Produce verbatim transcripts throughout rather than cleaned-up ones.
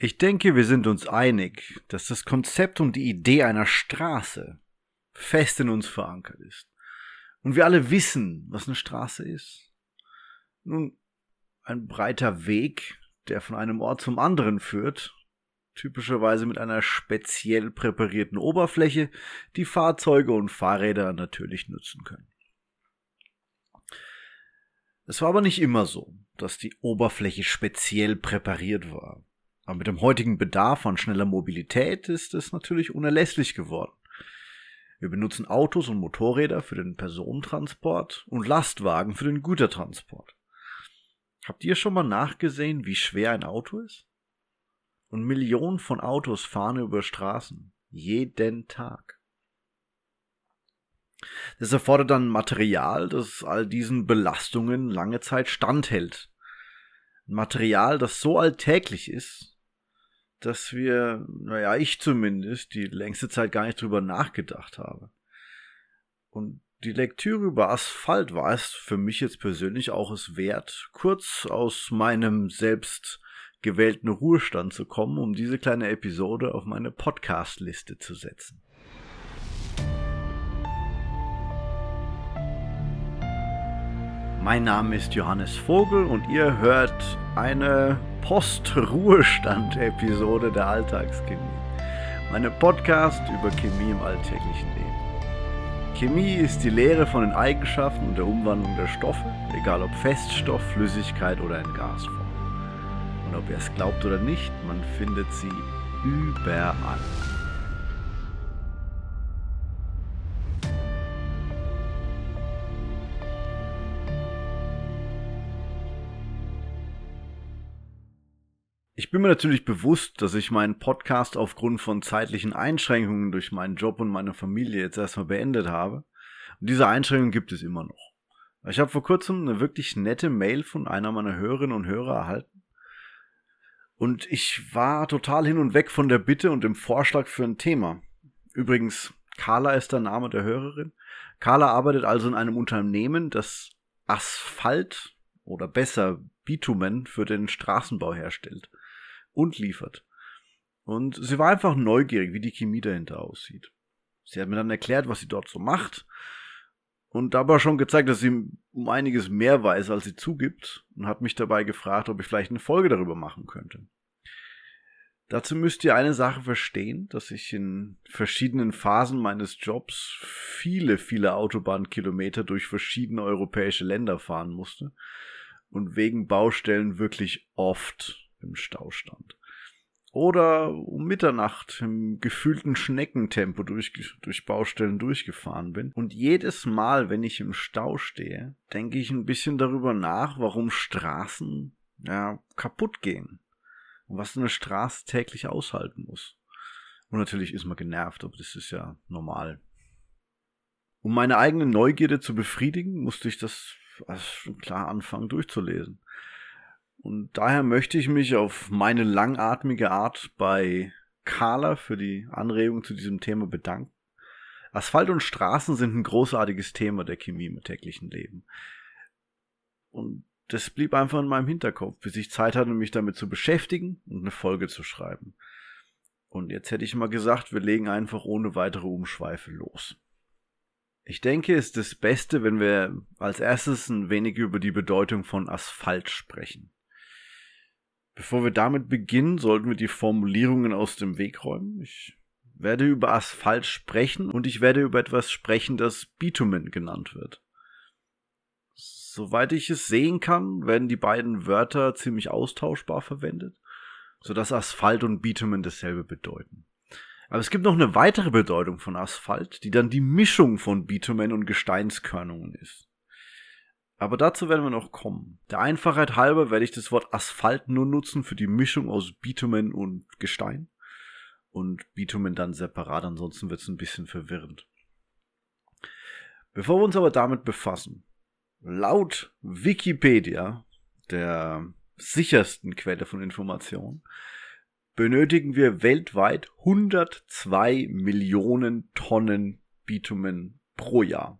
Ich denke, wir sind uns einig, dass das Konzept und die Idee einer Straße fest in uns verankert ist. Und wir alle wissen, was eine Straße ist. Nun, ein breiter Weg, der von einem Ort zum anderen führt, typischerweise mit einer speziell präparierten Oberfläche, die Fahrzeuge und Fahrräder natürlich nutzen können. Es war aber nicht immer so, dass die Oberfläche speziell präpariert war. Aber mit dem heutigen Bedarf an schneller Mobilität ist es natürlich unerlässlich geworden. Wir benutzen Autos und Motorräder für den Personentransport und Lastwagen für den Gütertransport. Habt ihr schon mal nachgesehen, wie schwer ein Auto ist? Und Millionen von Autos fahren über Straßen, jeden Tag. Das erfordert dann Material, das all diesen Belastungen lange Zeit standhält. Ein Material, das so alltäglich ist, dass wir, naja, ich zumindest, die längste Zeit gar nicht drüber nachgedacht habe. Und die Lektüre über Asphalt war es für mich jetzt persönlich auch es wert, kurz aus meinem selbst gewählten Ruhestand zu kommen, um diese kleine Episode auf meine Podcast-Liste zu setzen. Mein Name ist Johannes Vogel und ihr hört eine Post-Ruhestand-Episode der Alltagschemie. Meine Podcast über Chemie im alltäglichen Leben. Chemie ist die Lehre von den Eigenschaften und der Umwandlung der Stoffe, egal ob Feststoff, Flüssigkeit oder in Gasform. Und ob ihr es glaubt oder nicht, man findet sie überall. Ich bin mir natürlich bewusst, dass ich meinen Podcast aufgrund von zeitlichen Einschränkungen durch meinen Job und meine Familie jetzt erstmal beendet habe. Und diese Einschränkungen gibt es immer noch. Ich habe vor kurzem eine wirklich nette Mail von einer meiner Hörerinnen und Hörer erhalten. Und ich war total hin und weg von der Bitte und dem Vorschlag für ein Thema. Übrigens, Carla ist der Name der Hörerin. Carla arbeitet also in einem Unternehmen, das Asphalt oder besser Bitumen für den Straßenbau herstellt und liefert. Und sie war einfach neugierig, wie die Chemie dahinter aussieht. Sie hat mir dann erklärt, was sie dort so macht und dabei schon gezeigt, dass sie um einiges mehr weiß, als sie zugibt, und hat mich dabei gefragt, ob ich vielleicht eine Folge darüber machen könnte. Dazu müsst ihr eine Sache verstehen, dass ich in verschiedenen Phasen meines Jobs viele, viele Autobahnkilometer durch verschiedene europäische Länder fahren musste und wegen Baustellen wirklich oft im Stau stand. Oder um Mitternacht im gefühlten Schneckentempo durch, durch Baustellen durchgefahren bin. Und jedes Mal, wenn ich im Stau stehe, denke ich ein bisschen darüber nach, warum Straßen ja, kaputt gehen. Und was eine Straße täglich aushalten muss. Und natürlich ist man genervt, aber das ist ja normal. Um meine eigene Neugierde zu befriedigen, musste ich das also klar anfangen durchzulesen. Und daher möchte ich mich auf meine langatmige Art bei Carla für die Anregung zu diesem Thema bedanken. Asphalt und Straßen sind ein großartiges Thema der Chemie im täglichen Leben. Und das blieb einfach in meinem Hinterkopf, bis ich Zeit hatte, mich damit zu beschäftigen und eine Folge zu schreiben. Und jetzt hätte ich mal gesagt, wir legen einfach ohne weitere Umschweife los. Ich denke, es ist das Beste, wenn wir als erstes ein wenig über die Bedeutung von Asphalt sprechen. Bevor wir damit beginnen, sollten wir die Formulierungen aus dem Weg räumen. Ich werde über Asphalt sprechen und ich werde über etwas sprechen, das Bitumen genannt wird. Soweit ich es sehen kann, werden die beiden Wörter ziemlich austauschbar verwendet, sodass Asphalt und Bitumen dasselbe bedeuten. Aber es gibt noch eine weitere Bedeutung von Asphalt, die dann die Mischung von Bitumen und Gesteinskörnungen ist. Aber dazu werden wir noch kommen. Der Einfachheit halber werde ich das Wort Asphalt nur nutzen für die Mischung aus Bitumen und Gestein. Und Bitumen dann separat, ansonsten wird es ein bisschen verwirrend. Bevor wir uns aber damit befassen, laut Wikipedia, der sichersten Quelle von Informationen, benötigen wir weltweit hundertzwei Millionen Tonnen Bitumen pro Jahr.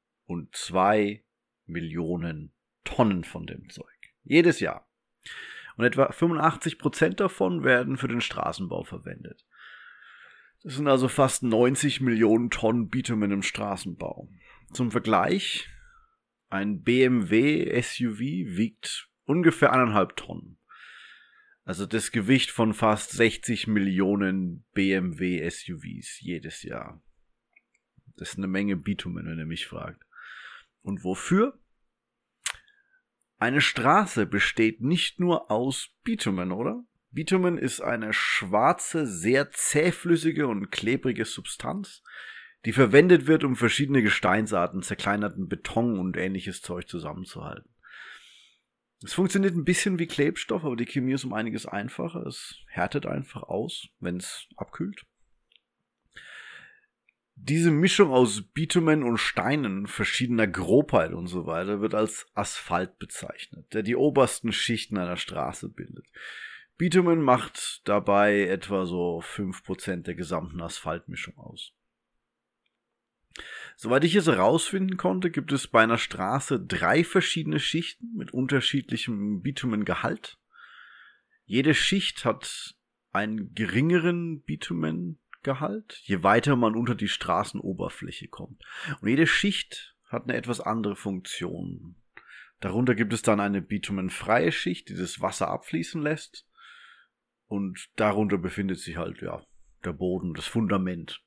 hundertzwei Millionen Tonnen von dem Zeug. Jedes Jahr. Und etwa fünfundachtzig Prozent davon werden für den Straßenbau verwendet. Das sind also fast neunzig Millionen Tonnen Bitumen im Straßenbau. Zum Vergleich, ein B M W S U V wiegt ungefähr eineinhalb Tonnen. Also das Gewicht von fast sechzig Millionen B M W S U Vs jedes Jahr. Das ist eine Menge Bitumen, wenn ihr mich fragt. Und wofür? Eine Straße besteht nicht nur aus Bitumen, oder? Bitumen ist eine schwarze, sehr zähflüssige und klebrige Substanz, die verwendet wird, um verschiedene Gesteinsarten, zerkleinerten Beton und ähnliches Zeug zusammenzuhalten. Es funktioniert ein bisschen wie Klebstoff, aber die Chemie ist um einiges einfacher. Es härtet einfach aus, wenn es abkühlt. Diese Mischung aus Bitumen und Steinen verschiedener Grobheit und so weiter wird als Asphalt bezeichnet, der die obersten Schichten einer Straße bildet. Bitumen macht dabei etwa so fünf Prozent der gesamten Asphaltmischung aus. Soweit ich es herausfinden konnte, gibt es bei einer Straße drei verschiedene Schichten mit unterschiedlichem Bitumengehalt. Jede Schicht hat einen geringeren Bitumengehalt, je weiter man unter die Straßenoberfläche kommt. Und jede Schicht hat eine etwas andere Funktion. Darunter gibt es dann eine bitumenfreie Schicht, die das Wasser abfließen lässt. Und darunter befindet sich halt, ja, der Boden, das Fundament.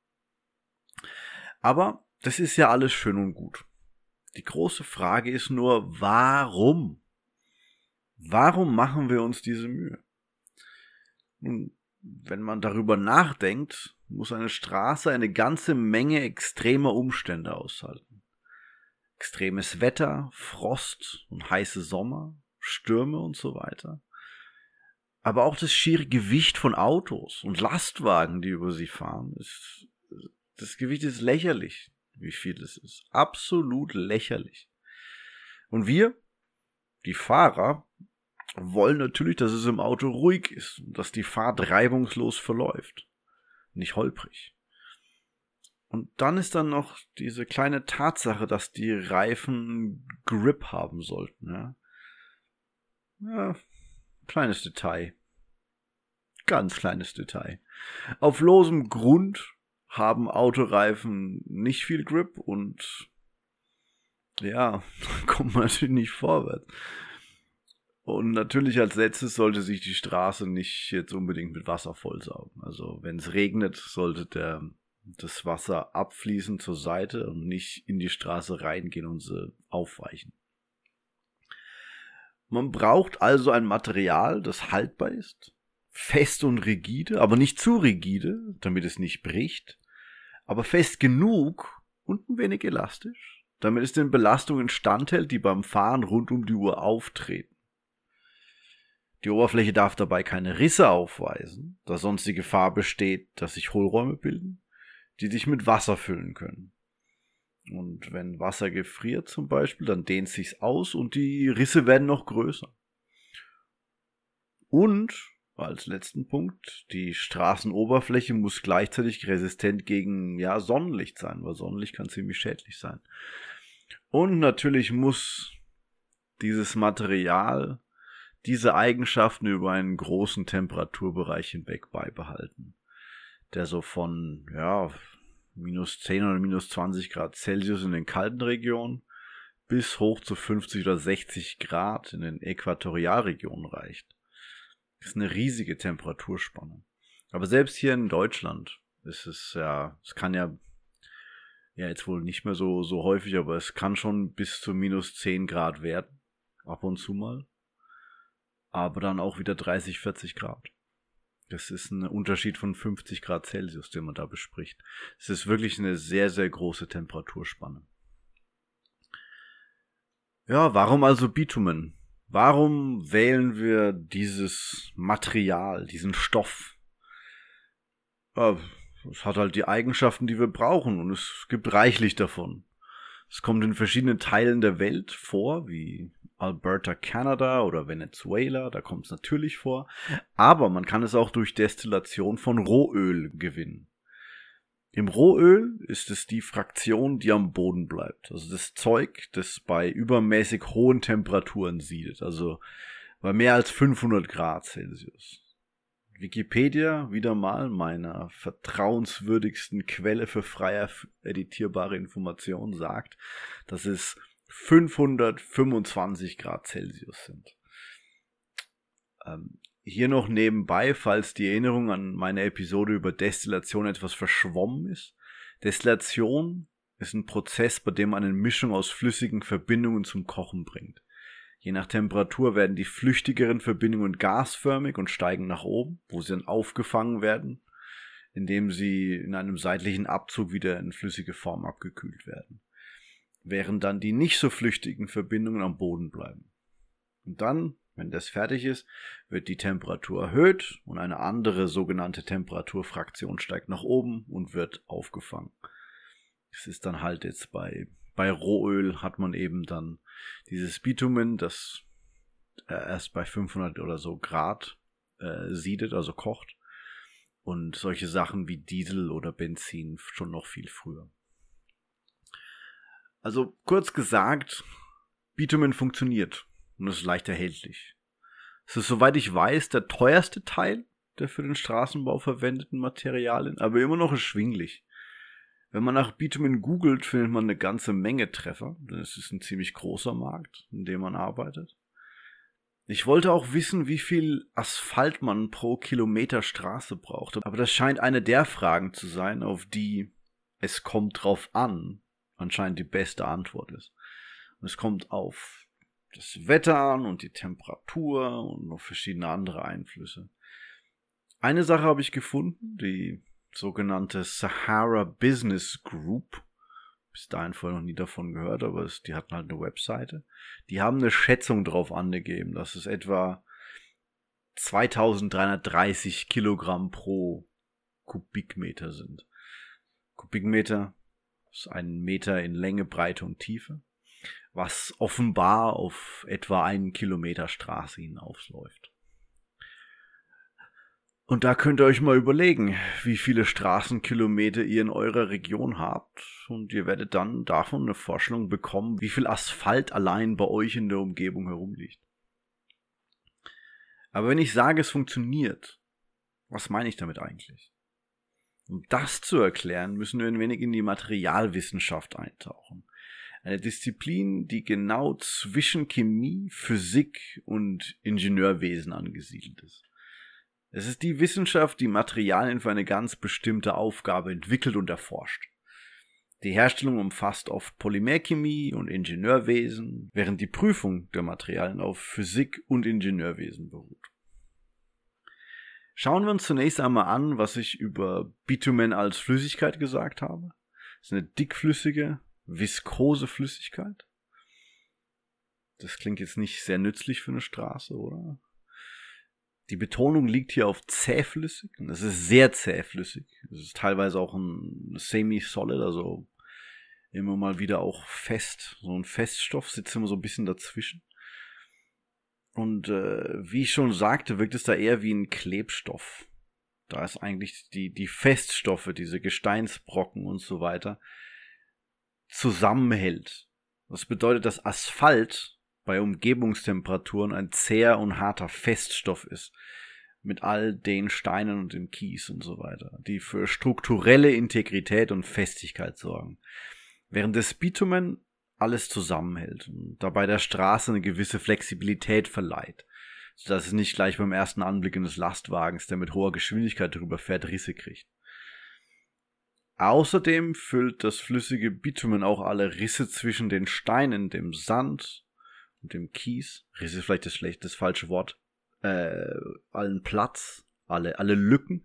Aber das ist ja alles schön und gut. Die große Frage ist nur, warum? Warum machen wir uns diese Mühe? Nun, wenn man darüber nachdenkt, muss eine Straße eine ganze Menge extremer Umstände aushalten. Extremes Wetter, Frost und heiße Sommer, Stürme und so weiter. Aber auch das schiere Gewicht von Autos und Lastwagen, die über sie fahren, ist... Das Gewicht ist lächerlich, wie viel es ist. Absolut lächerlich. Und wir, die Fahrer, wollen natürlich, dass es im Auto ruhig ist und dass die Fahrt reibungslos verläuft. Nicht holprig. Und dann ist dann noch diese kleine Tatsache, dass die Reifen Grip haben sollten. Ja, ja, kleines Detail. Ganz kleines Detail. Auf losem Grund haben Autoreifen nicht viel Grip und ja, kommt man natürlich nicht vorwärts. Und natürlich als letztes sollte sich die Straße nicht jetzt unbedingt mit Wasser vollsaugen. Also wenn es regnet, sollte der, das Wasser abfließen zur Seite und nicht in die Straße reingehen und sie aufweichen. Man braucht also ein Material, das haltbar ist, fest und rigide, aber nicht zu rigide, damit es nicht bricht, aber fest genug und ein wenig elastisch, damit es den Belastungen standhält, die beim Fahren rund um die Uhr auftreten. Die Oberfläche darf dabei keine Risse aufweisen, da sonst die Gefahr besteht, dass sich Hohlräume bilden, die sich mit Wasser füllen können. Und wenn Wasser gefriert zum Beispiel, dann dehnt sich's aus und die Risse werden noch größer. Und als letzten Punkt, die Straßenoberfläche muss gleichzeitig resistent gegen ja, Sonnenlicht sein, weil Sonnenlicht kann ziemlich schädlich sein. Und natürlich muss dieses Material diese Eigenschaften über einen großen Temperaturbereich hinweg beibehalten, der so von ja minus zehn oder minus zwanzig Grad Celsius in den kalten Regionen bis hoch zu fünfzig oder sechzig Grad in den Äquatorialregionen reicht. Das ist eine riesige Temperaturspanne. Aber selbst hier in Deutschland ist es ja, es kann ja, ja jetzt wohl nicht mehr so, so häufig, aber es kann schon bis zu minus zehn Grad werden, ab und zu mal. Aber dann auch wieder dreißig, vierzig Grad. Das ist ein Unterschied von fünfzig Grad Celsius, den man da bespricht. Es ist wirklich eine sehr, sehr große Temperaturspanne. Ja, warum also Bitumen? Warum wählen wir dieses Material, diesen Stoff? Ja, es hat halt die Eigenschaften, die wir brauchen und es gibt reichlich davon. Es kommt in verschiedenen Teilen der Welt vor, wie Alberta, Kanada oder Venezuela, da kommt es natürlich vor. Aber man kann es auch durch Destillation von Rohöl gewinnen. Im Rohöl ist es die Fraktion, die am Boden bleibt. Also das Zeug, das bei übermäßig hohen Temperaturen siedet. Also bei mehr als fünfhundert Grad Celsius. Wikipedia, wieder mal meiner vertrauenswürdigsten Quelle für frei editierbare Informationen, sagt, dass es fünfhundertfünfundzwanzig Grad Celsius sind. Ähm, hier noch nebenbei, falls die Erinnerung an meine Episode über Destillation etwas verschwommen ist. Destillation ist ein Prozess, bei dem man eine Mischung aus flüssigen Verbindungen zum Kochen bringt. Je nach Temperatur werden die flüchtigeren Verbindungen gasförmig und steigen nach oben, wo sie dann aufgefangen werden, indem sie in einem seitlichen Abzug wieder in flüssige Form abgekühlt werden. Während dann die nicht so flüchtigen Verbindungen am Boden bleiben. Und dann, wenn das fertig ist, wird die Temperatur erhöht und eine andere sogenannte Temperaturfraktion steigt nach oben und wird aufgefangen. Das ist dann halt jetzt bei, bei Rohöl hat man eben dann dieses Bitumen, das äh, erst bei fünfhundert oder so Grad äh, siedet, also kocht. Und solche Sachen wie Diesel oder Benzin schon noch viel früher. Also kurz gesagt, Bitumen funktioniert und ist leicht erhältlich. Es ist, soweit ich weiß, der teuerste Teil der für den Straßenbau verwendeten Materialien, aber immer noch erschwinglich. Wenn man nach Bitumen googelt, findet man eine ganze Menge Treffer, denn es ist ein ziemlich großer Markt, in dem man arbeitet. Ich wollte auch wissen, wie viel Asphalt man pro Kilometer Straße braucht, aber das scheint eine der Fragen zu sein, auf die es kommt drauf an, anscheinend die beste Antwort ist. Und es kommt auf das Wetter an und die Temperatur und noch verschiedene andere Einflüsse. Eine Sache habe ich gefunden, die sogenannte Sahara Business Group. Bis dahin vorher noch nie davon gehört, aber es, die hatten halt eine Webseite. Die haben eine Schätzung drauf angegeben, dass es etwa zweitausenddreihundertdreißig Kilogramm pro Kubikmeter sind. Kubikmeter ist ein Meter in Länge, Breite und Tiefe, was offenbar auf etwa einen Kilometer Straße hinausläuft. Und da könnt ihr euch mal überlegen, wie viele Straßenkilometer ihr in eurer Region habt, und ihr werdet dann davon eine Vorstellung bekommen, wie viel Asphalt allein bei euch in der Umgebung herumliegt. Aber wenn ich sage, es funktioniert, was meine ich damit eigentlich? Um das zu erklären, müssen wir ein wenig in die Materialwissenschaft eintauchen. Eine Disziplin, die genau zwischen Chemie, Physik und Ingenieurwesen angesiedelt ist. Es ist die Wissenschaft, die Materialien für eine ganz bestimmte Aufgabe entwickelt und erforscht. Die Herstellung umfasst oft Polymerchemie und Ingenieurwesen, während die Prüfung der Materialien auf Physik und Ingenieurwesen beruht. Schauen wir uns zunächst einmal an, was ich über Bitumen als Flüssigkeit gesagt habe. Es ist eine dickflüssige, viskose Flüssigkeit. Das klingt jetzt nicht sehr nützlich für eine Straße, oder? Die Betonung liegt hier auf zähflüssig. Es ist sehr zähflüssig. Es ist teilweise auch ein Semi-Solid, also immer mal wieder auch fest. So ein Feststoff sitzt immer so ein bisschen dazwischen. Und äh, wie ich schon sagte, wirkt es da eher wie ein Klebstoff. Da ist eigentlich die, die Feststoffe, diese Gesteinsbrocken und so weiter, zusammenhält. Das bedeutet, dass Asphalt bei Umgebungstemperaturen ein zäher und harter Feststoff ist, mit all den Steinen und dem Kies und so weiter, die für strukturelle Integrität und Festigkeit sorgen. Während das Bitumen alles zusammenhält und dabei der Straße eine gewisse Flexibilität verleiht, sodass es nicht gleich beim ersten Anblick eines Lastwagens, der mit hoher Geschwindigkeit drüber fährt, Risse kriegt. Außerdem füllt das flüssige Bitumen auch alle Risse zwischen den Steinen, dem Sand und dem Kies, Riss ist vielleicht das schlechte, das falsche Wort, äh, allen Platz, alle, alle Lücken,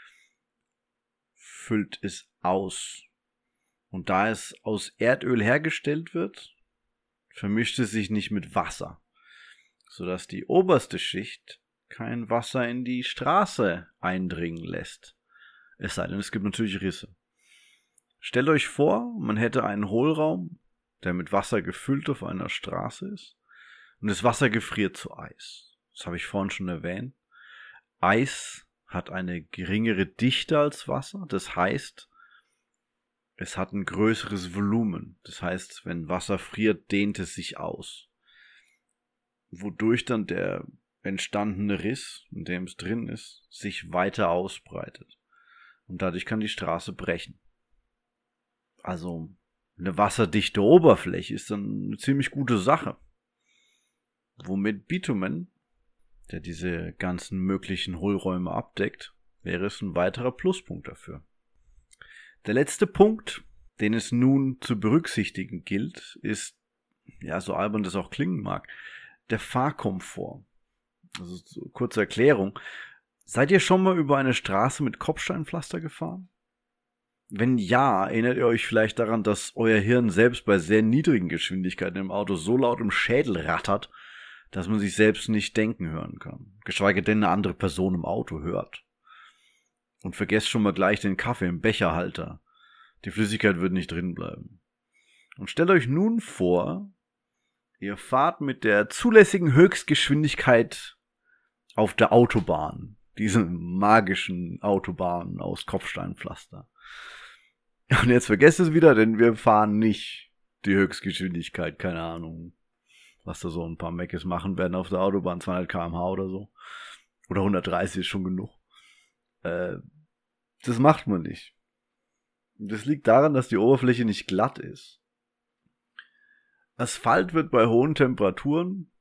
füllt es aus. Und da es aus Erdöl hergestellt wird, vermischt es sich nicht mit Wasser, sodass die oberste Schicht kein Wasser in die Straße eindringen lässt. Es sei denn, es gibt natürlich Risse. Stellt euch vor, man hätte einen Hohlraum, der mit Wasser gefüllt auf einer Straße ist, und das Wasser gefriert zu Eis. Das habe ich vorhin schon erwähnt. Eis hat eine geringere Dichte als Wasser, das heißt, es hat ein größeres Volumen. Das heißt, wenn Wasser friert, dehnt es sich aus, wodurch dann der entstandene Riss, in dem es drin ist, sich weiter ausbreitet. Und dadurch kann die Straße brechen. Also eine wasserdichte Oberfläche ist dann eine ziemlich gute Sache. Womit Bitumen, der diese ganzen möglichen Hohlräume abdeckt, wäre es ein weiterer Pluspunkt dafür. Der letzte Punkt, den es nun zu berücksichtigen gilt, ist, ja, so albern das auch klingen mag, der Fahrkomfort. Also so, kurze Erklärung. Seid ihr schon mal über eine Straße mit Kopfsteinpflaster gefahren? Wenn ja, erinnert ihr euch vielleicht daran, dass euer Hirn selbst bei sehr niedrigen Geschwindigkeiten im Auto so laut im Schädel rattert, dass man sich selbst nicht denken hören kann. Geschweige denn eine andere Person im Auto hört. Und vergesst schon mal gleich den Kaffee im Becherhalter. Die Flüssigkeit wird nicht drin bleiben. Und stellt euch nun vor, ihr fahrt mit der zulässigen Höchstgeschwindigkeit auf der Autobahn. Diese magischen Autobahnen aus Kopfsteinpflaster. Und jetzt vergesst es wieder, denn wir fahren nicht die Höchstgeschwindigkeit, keine Ahnung, was da so ein paar Meckes machen werden auf der Autobahn, zweihundert Kilometer pro Stunde oder so. Oder hundertdreißig ist schon genug. Äh, das macht man nicht. Das liegt daran, dass die Oberfläche nicht glatt ist. Asphalt wird bei hohen Temperaturen,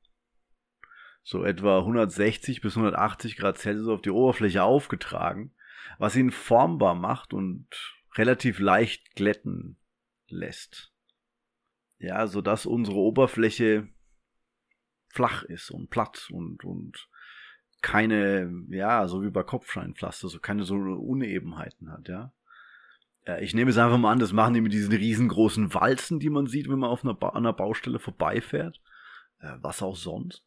so etwa hundertsechzig bis hundertachtzig Grad Celsius, auf die Oberfläche aufgetragen, was ihn formbar macht und relativ leicht glätten lässt. Ja, sodass unsere Oberfläche flach ist und platt und, und keine, ja, so wie bei Kopfsteinpflaster, so keine so Unebenheiten hat, ja. Ja, ich nehme es einfach mal an, das machen die mit diesen riesengroßen Walzen, die man sieht, wenn man auf einer, ba- einer Baustelle vorbeifährt. Äh, was auch sonst.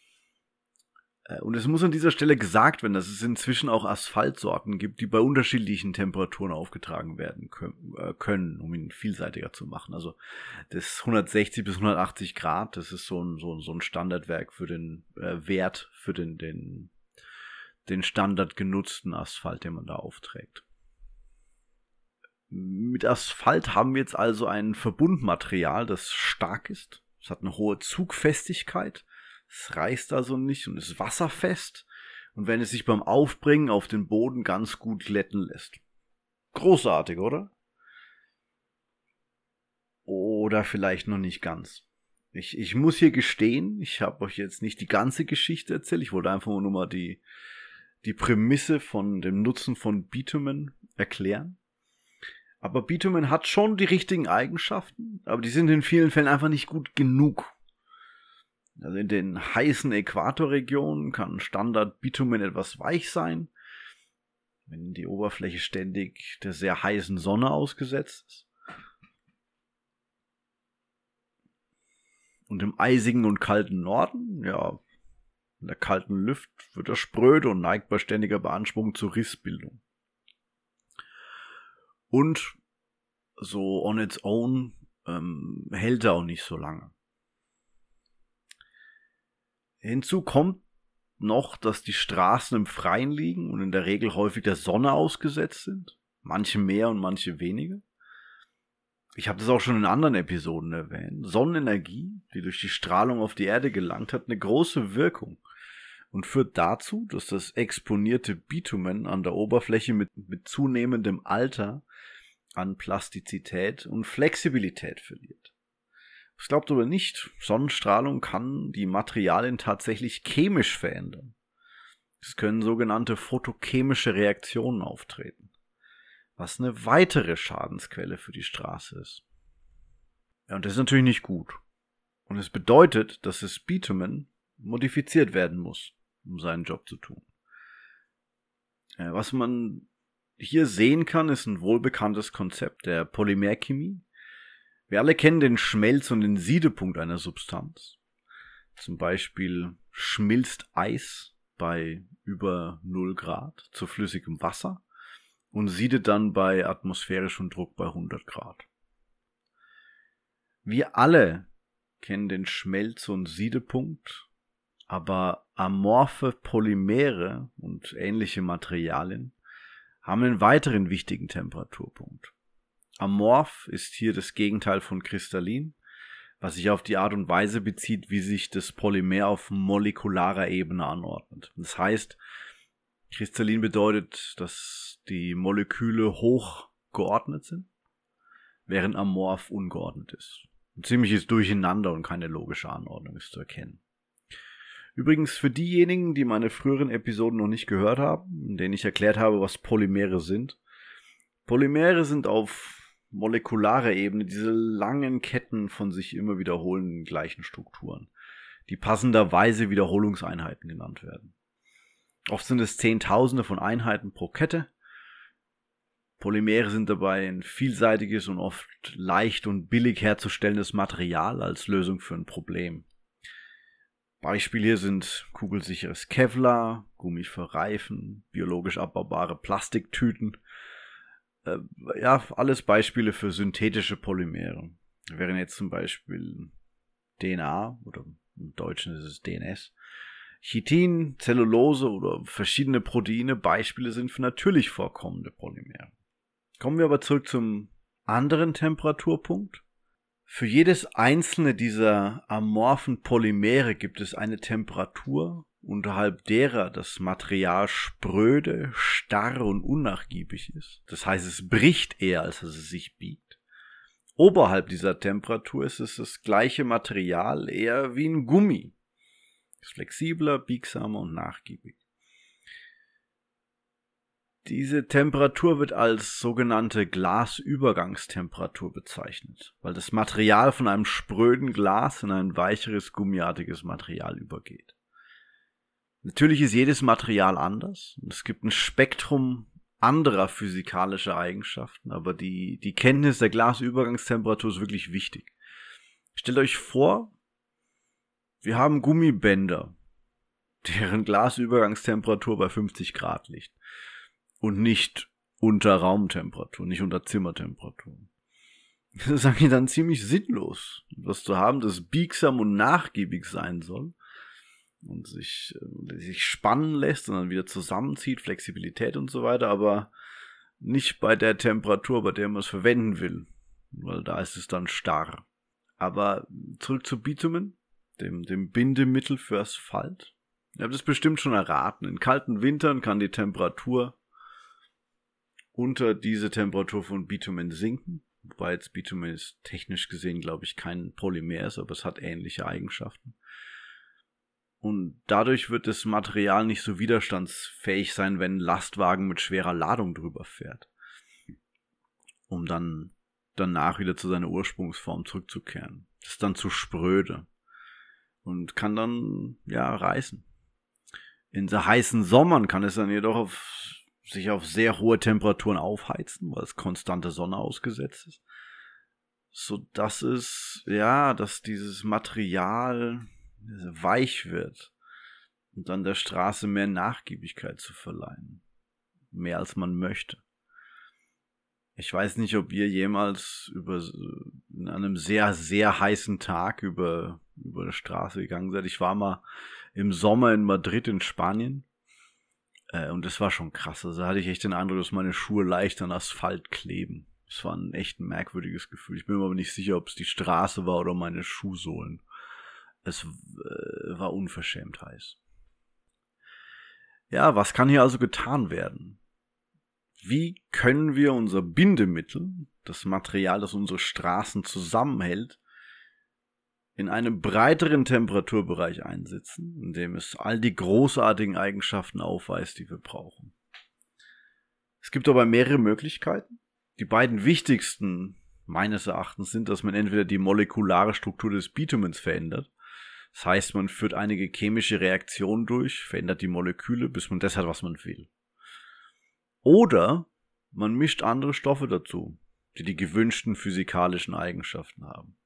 Äh, und es muss an dieser Stelle gesagt werden, dass es inzwischen auch Asphaltsorten gibt, die bei unterschiedlichen Temperaturen aufgetragen werden können, äh, können, um ihn vielseitiger zu machen. Also das hundertsechzig bis hundertachtzig Grad, das ist so ein, so, so ein Standardwerk für den äh, Wert, für den, den, den Standard genutzten Asphalt, den man da aufträgt. Mit Asphalt haben wir jetzt also ein Verbundmaterial, das stark ist. Es hat eine hohe Zugfestigkeit. Es reißt also nicht und ist wasserfest. Und wenn es sich beim Aufbringen auf den Boden ganz gut glätten lässt. Großartig, oder? Oder vielleicht noch nicht ganz. Ich, ich muss hier gestehen, ich habe euch jetzt nicht die ganze Geschichte erzählt. Ich wollte einfach nur mal die, die Prämisse von dem Nutzen von Bitumen erklären. Aber Bitumen hat schon die richtigen Eigenschaften, aber die sind in vielen Fällen einfach nicht gut genug. Also in den heißen Äquatorregionen kann Standard Bitumen etwas weich sein, wenn die Oberfläche ständig der sehr heißen Sonne ausgesetzt ist. Und im eisigen und kalten Norden, ja, in der kalten Luft wird er spröde und neigt bei ständiger Beanspruchung zur Rissbildung. Und so on its own ähm, hält er auch nicht so lange. Hinzu kommt noch, dass die Straßen im Freien liegen und in der Regel häufig der Sonne ausgesetzt sind. Manche mehr und manche weniger. Ich habe das auch schon in anderen Episoden erwähnt. Sonnenenergie, die durch die Strahlung auf die Erde gelangt, hat eine große Wirkung und führt dazu, dass das exponierte Bitumen an der Oberfläche mit, mit zunehmendem Alter an Plastizität und Flexibilität verliert. Es glaubt oder nicht, Sonnenstrahlung kann die Materialien tatsächlich chemisch verändern. Es können sogenannte photochemische Reaktionen auftreten, was eine weitere Schadensquelle für die Straße ist. Ja, und das ist natürlich nicht gut. Und es bedeutet, dass das Bitumen modifiziert werden muss, um seinen Job zu tun. Ja, was man hier sehen kann, ist ein wohlbekanntes Konzept der Polymerchemie. Wir alle kennen den Schmelz- und den Siedepunkt einer Substanz. Zum Beispiel schmilzt Eis bei über null Grad zu flüssigem Wasser und siedet dann bei atmosphärischem Druck bei hundert Grad. Wir alle kennen den Schmelz- und Siedepunkt, aber amorphe Polymere und ähnliche Materialien haben einen weiteren wichtigen Temperaturpunkt. Amorph ist hier das Gegenteil von kristallin, was sich auf die Art und Weise bezieht, wie sich das Polymer auf molekularer Ebene anordnet. Das heißt, kristallin bedeutet, dass die Moleküle hoch geordnet sind, während amorph ungeordnet ist. Ein ziemliches Durcheinander und keine logische Anordnung ist zu erkennen. Übrigens für diejenigen, die meine früheren Episoden noch nicht gehört haben, in denen ich erklärt habe, was Polymere sind. Polymere sind auf molekularer Ebene diese langen Ketten von sich immer wiederholenden gleichen Strukturen, die passenderweise Wiederholungseinheiten genannt werden. Oft sind es Zehntausende von Einheiten pro Kette. Polymere sind dabei ein vielseitiges und oft leicht und billig herzustellendes Material als Lösung für ein Problem. Beispiele hier sind kugelsicheres Kevlar, Gummi für Reifen, biologisch abbaubare Plastiktüten. Äh, ja, alles Beispiele für synthetische Polymere. Wären jetzt zum Beispiel D N A oder im Deutschen ist es D N S. Chitin, Zellulose oder verschiedene Proteine Beispiele sind für natürlich vorkommende Polymere. Kommen wir aber zurück zum anderen Temperaturpunkt. Für jedes einzelne dieser amorphen Polymere gibt es eine Temperatur, unterhalb derer das Material spröde, starr und unnachgiebig ist. Das heißt, es bricht eher, als dass es sich biegt. Oberhalb dieser Temperatur ist es das gleiche Material eher wie ein Gummi. Es ist flexibler, biegsamer und nachgiebig. Diese Temperatur wird als sogenannte Glasübergangstemperatur bezeichnet, weil das Material von einem spröden Glas in ein weicheres, gummiartiges Material übergeht. Natürlich ist jedes Material anders und es gibt ein Spektrum anderer physikalischer Eigenschaften, aber die, die Kenntnis der Glasübergangstemperatur ist wirklich wichtig. Stellt euch vor, wir haben Gummibänder, deren Glasübergangstemperatur bei fünfzig Grad liegt. Und nicht unter Raumtemperatur, nicht unter Zimmertemperatur. Das ist eigentlich dann ziemlich sinnlos, was zu haben, das biegsam und nachgiebig sein soll und sich, äh, sich spannen lässt und dann wieder zusammenzieht, Flexibilität und so weiter, aber nicht bei der Temperatur, bei der man es verwenden will, weil da ist es dann starr. Aber zurück zu Bitumen, dem, dem Bindemittel für Asphalt. Ihr habt es bestimmt schon erraten, in kalten Wintern kann die Temperatur unter diese Temperatur von Bitumen sinken, wobei jetzt Bitumen ist technisch gesehen, glaube ich, kein Polymer ist, aber es hat ähnliche Eigenschaften. Und dadurch wird das Material nicht so widerstandsfähig sein, wenn ein Lastwagen mit schwerer Ladung drüber fährt, um dann danach wieder zu seiner Ursprungsform zurückzukehren. Das ist dann zu spröde und kann dann, ja, reißen. In so heißen Sommern kann es dann jedoch auf sich auf sehr hohe Temperaturen aufheizen, weil es konstante Sonne ausgesetzt ist, so dass es, ja, dass dieses Material weich wird und dann der Straße mehr Nachgiebigkeit zu verleihen, mehr als man möchte. Ich weiß nicht, ob ihr jemals über in einem sehr, sehr heißen Tag über, über eine Straße gegangen seid. Ich war mal im Sommer in Madrid in Spanien. Und das war schon krass. Also da hatte ich echt den Eindruck, dass meine Schuhe leicht an Asphalt kleben. Das war ein echt merkwürdiges Gefühl. Ich bin mir aber nicht sicher, ob es die Straße war oder meine Schuhsohlen. Es äh, war unverschämt heiß. Ja, was kann hier also getan werden? Wie können wir unser Bindemittel, das Material, das unsere Straßen zusammenhält, in einem breiteren Temperaturbereich einsetzen, in dem es all die großartigen Eigenschaften aufweist, die wir brauchen? Es gibt dabei mehrere Möglichkeiten. Die beiden wichtigsten meines Erachtens sind, dass man entweder die molekulare Struktur des Bitumens verändert. Das heißt, man führt einige chemische Reaktionen durch, verändert die Moleküle, bis man das hat, was man will. Oder man mischt andere Stoffe dazu, die die gewünschten physikalischen Eigenschaften haben.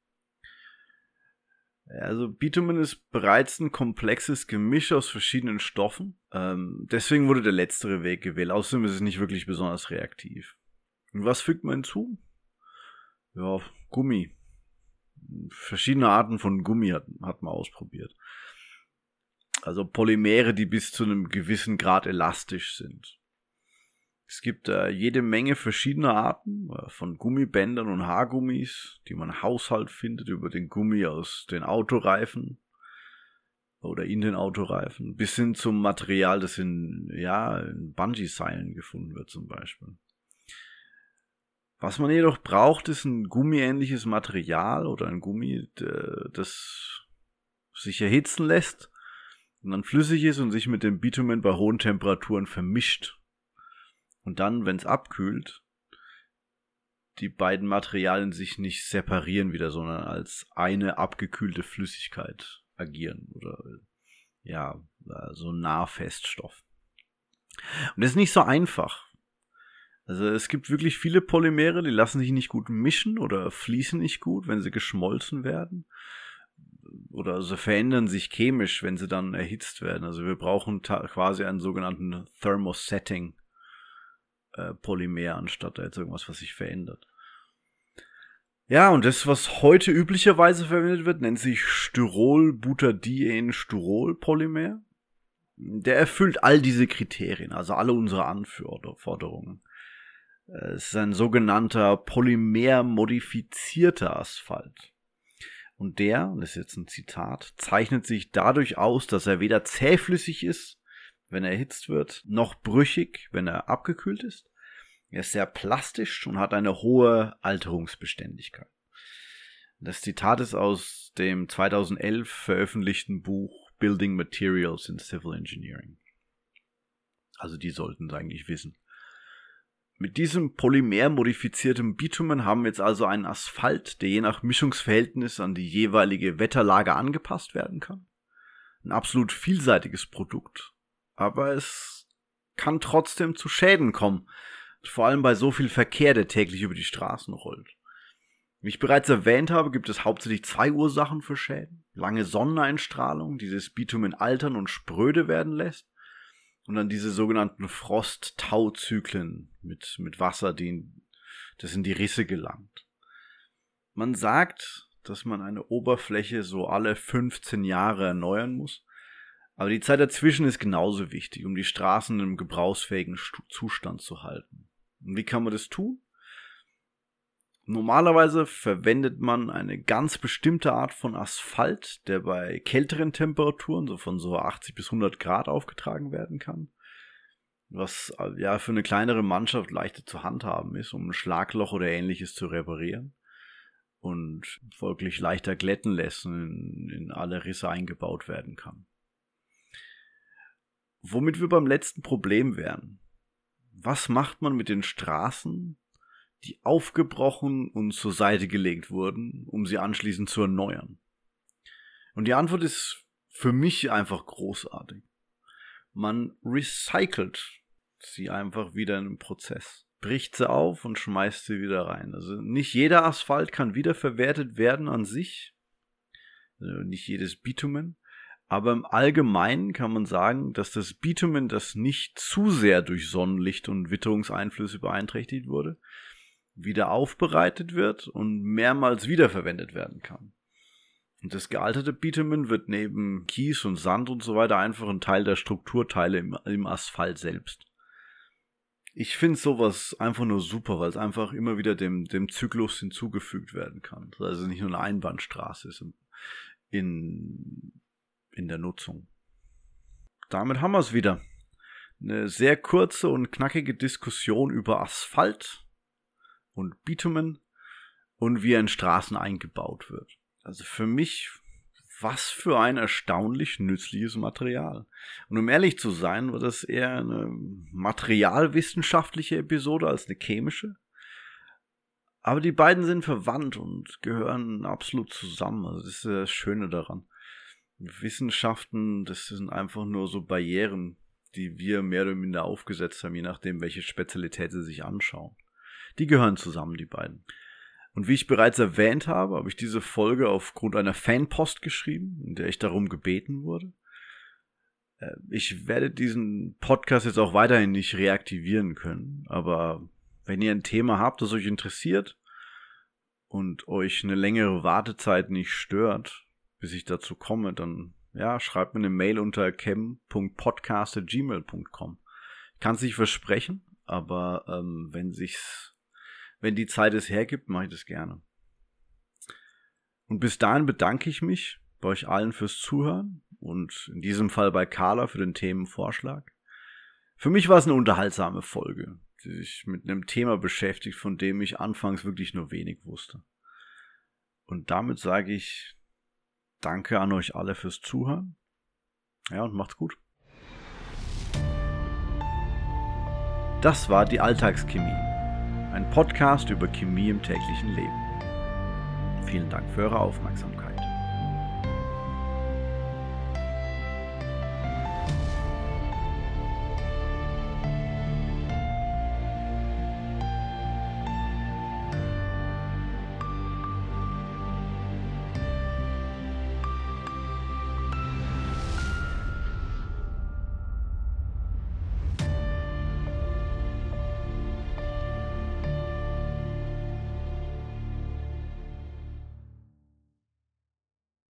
Also Bitumen ist bereits ein komplexes Gemisch aus verschiedenen Stoffen. Ähm, deswegen wurde der letztere Weg gewählt. Außerdem ist es nicht wirklich besonders reaktiv. Und was fügt man hinzu? Ja, Gummi. Verschiedene Arten von Gummi hat, hat man ausprobiert. Also Polymere, die bis zu einem gewissen Grad elastisch sind. Es gibt äh, jede Menge verschiedener Arten äh, von Gummibändern und Haargummis, die man im Haushalt findet, über den Gummi aus den Autoreifen oder in den Autoreifen, bis hin zum Material, das in, ja, in Bungee-Seilen gefunden wird zum Beispiel. Was man jedoch braucht, ist ein gummiähnliches Material oder ein Gummi, das sich erhitzen lässt und dann flüssig ist und sich mit dem Bitumen bei hohen Temperaturen vermischt. Und dann, wenn es abkühlt, die beiden Materialien sich nicht separieren wieder, sondern als eine abgekühlte Flüssigkeit agieren oder ja, so ein Nahfeststoff. Und das ist nicht so einfach. Also es gibt wirklich viele Polymere, die lassen sich nicht gut mischen oder fließen nicht gut, wenn sie geschmolzen werden. Oder sie verändern sich chemisch, wenn sie dann erhitzt werden. Also wir brauchen ta- quasi einen sogenannten Thermosetting äh, Polymer, anstatt da jetzt irgendwas, was sich verändert. Ja, und das, was heute üblicherweise verwendet wird, nennt sich Styrol-Butadien-Styrol-Polymer. Der erfüllt all diese Kriterien, also alle unsere Anforderungen. Es ist ein sogenannter polymermodifizierter Asphalt. Und der, das ist jetzt ein Zitat, zeichnet sich dadurch aus, dass er weder zähflüssig ist, wenn er erhitzt wird, noch brüchig, wenn er abgekühlt ist. Er ist sehr plastisch und hat eine hohe Alterungsbeständigkeit. Das Zitat ist aus dem zweitausendelf veröffentlichten Buch Building Materials in Civil Engineering. Also die sollten es eigentlich wissen. Mit diesem polymermodifizierten Bitumen haben wir jetzt also einen Asphalt, der je nach Mischungsverhältnis an die jeweilige Wetterlage angepasst werden kann. Ein absolut vielseitiges Produkt, aber es kann trotzdem zu Schäden kommen, vor allem bei so viel Verkehr, der täglich über die Straßen rollt. Wie ich bereits erwähnt habe, gibt es hauptsächlich zwei Ursachen für Schäden. Lange Sonneneinstrahlung, die das Bitumen altern und spröde werden lässt. Und dann diese sogenannten Frost-Tau-Zyklen mit, mit Wasser, die in, das in die Risse gelangt. Man sagt, dass man eine Oberfläche so alle fünfzehn Jahre erneuern muss. Aber die Zeit dazwischen ist genauso wichtig, um die Straßen im gebrauchsfähigen Zustand zu halten. Und wie kann man das tun? Normalerweise verwendet man eine ganz bestimmte Art von Asphalt, der bei kälteren Temperaturen, so von so achtzig bis hundert Grad aufgetragen werden kann. Was ja für eine kleinere Mannschaft leichter zu handhaben ist, um ein Schlagloch oder ähnliches zu reparieren. Und folglich leichter glätten lässt und in, in alle Risse eingebaut werden kann. Womit wir beim letzten Problem wären. Was macht man mit den Straßen, die aufgebrochen und zur Seite gelegt wurden, um sie anschließend zu erneuern? Und die Antwort ist für mich einfach großartig. Man recycelt sie einfach wieder in den Prozess, bricht sie auf und schmeißt sie wieder rein. Also nicht jeder Asphalt kann wiederverwertet werden an sich, also nicht jedes Bitumen, aber im Allgemeinen kann man sagen, dass das Bitumen, das nicht zu sehr durch Sonnenlicht und Witterungseinflüsse beeinträchtigt wurde, wieder aufbereitet wird und mehrmals wiederverwendet werden kann. Und das gealterte Bitumen wird neben Kies und Sand und so weiter einfach ein Teil der Strukturteile im, im Asphalt selbst. Ich finde sowas einfach nur super, weil es einfach immer wieder dem, dem Zyklus hinzugefügt werden kann. Also nicht nur eine Einbahnstraße ist in, in der Nutzung. Damit haben wir es wieder. Eine sehr kurze und knackige Diskussion über Asphalt und Bitumen und wie er in Straßen eingebaut wird. Also für mich, was für ein erstaunlich nützliches Material. Und um ehrlich zu sein, war das eher eine materialwissenschaftliche Episode als eine chemische. Aber die beiden sind verwandt und gehören absolut zusammen. Also das ist das Schöne daran. Wissenschaften, das sind einfach nur so Barrieren, die wir mehr oder minder aufgesetzt haben, je nachdem, welche Spezialität sie sich anschauen. Die gehören zusammen, die beiden. Und wie ich bereits erwähnt habe, habe ich diese Folge aufgrund einer Fanpost geschrieben, in der ich darum gebeten wurde. Ich werde diesen Podcast jetzt auch weiterhin nicht reaktivieren können, aber wenn ihr ein Thema habt, das euch interessiert und euch eine längere Wartezeit nicht stört, bis ich dazu komme, dann ja, schreibt mir eine Mail unter chem punkt podcast at gmail punkt com. Ich kann es nicht versprechen, aber ähm, wenn sich's, wenn die Zeit es hergibt, mache ich das gerne. Und bis dahin bedanke ich mich bei euch allen fürs Zuhören und in diesem Fall bei Carla für den Themenvorschlag. Für mich war es eine unterhaltsame Folge, die sich mit einem Thema beschäftigt, von dem ich anfangs wirklich nur wenig wusste. Und damit sage ich Danke an euch alle fürs Zuhören. Ja, und macht's gut. Das war die Alltagschemie, ein Podcast über Chemie im täglichen Leben. Vielen Dank für eure Aufmerksamkeit.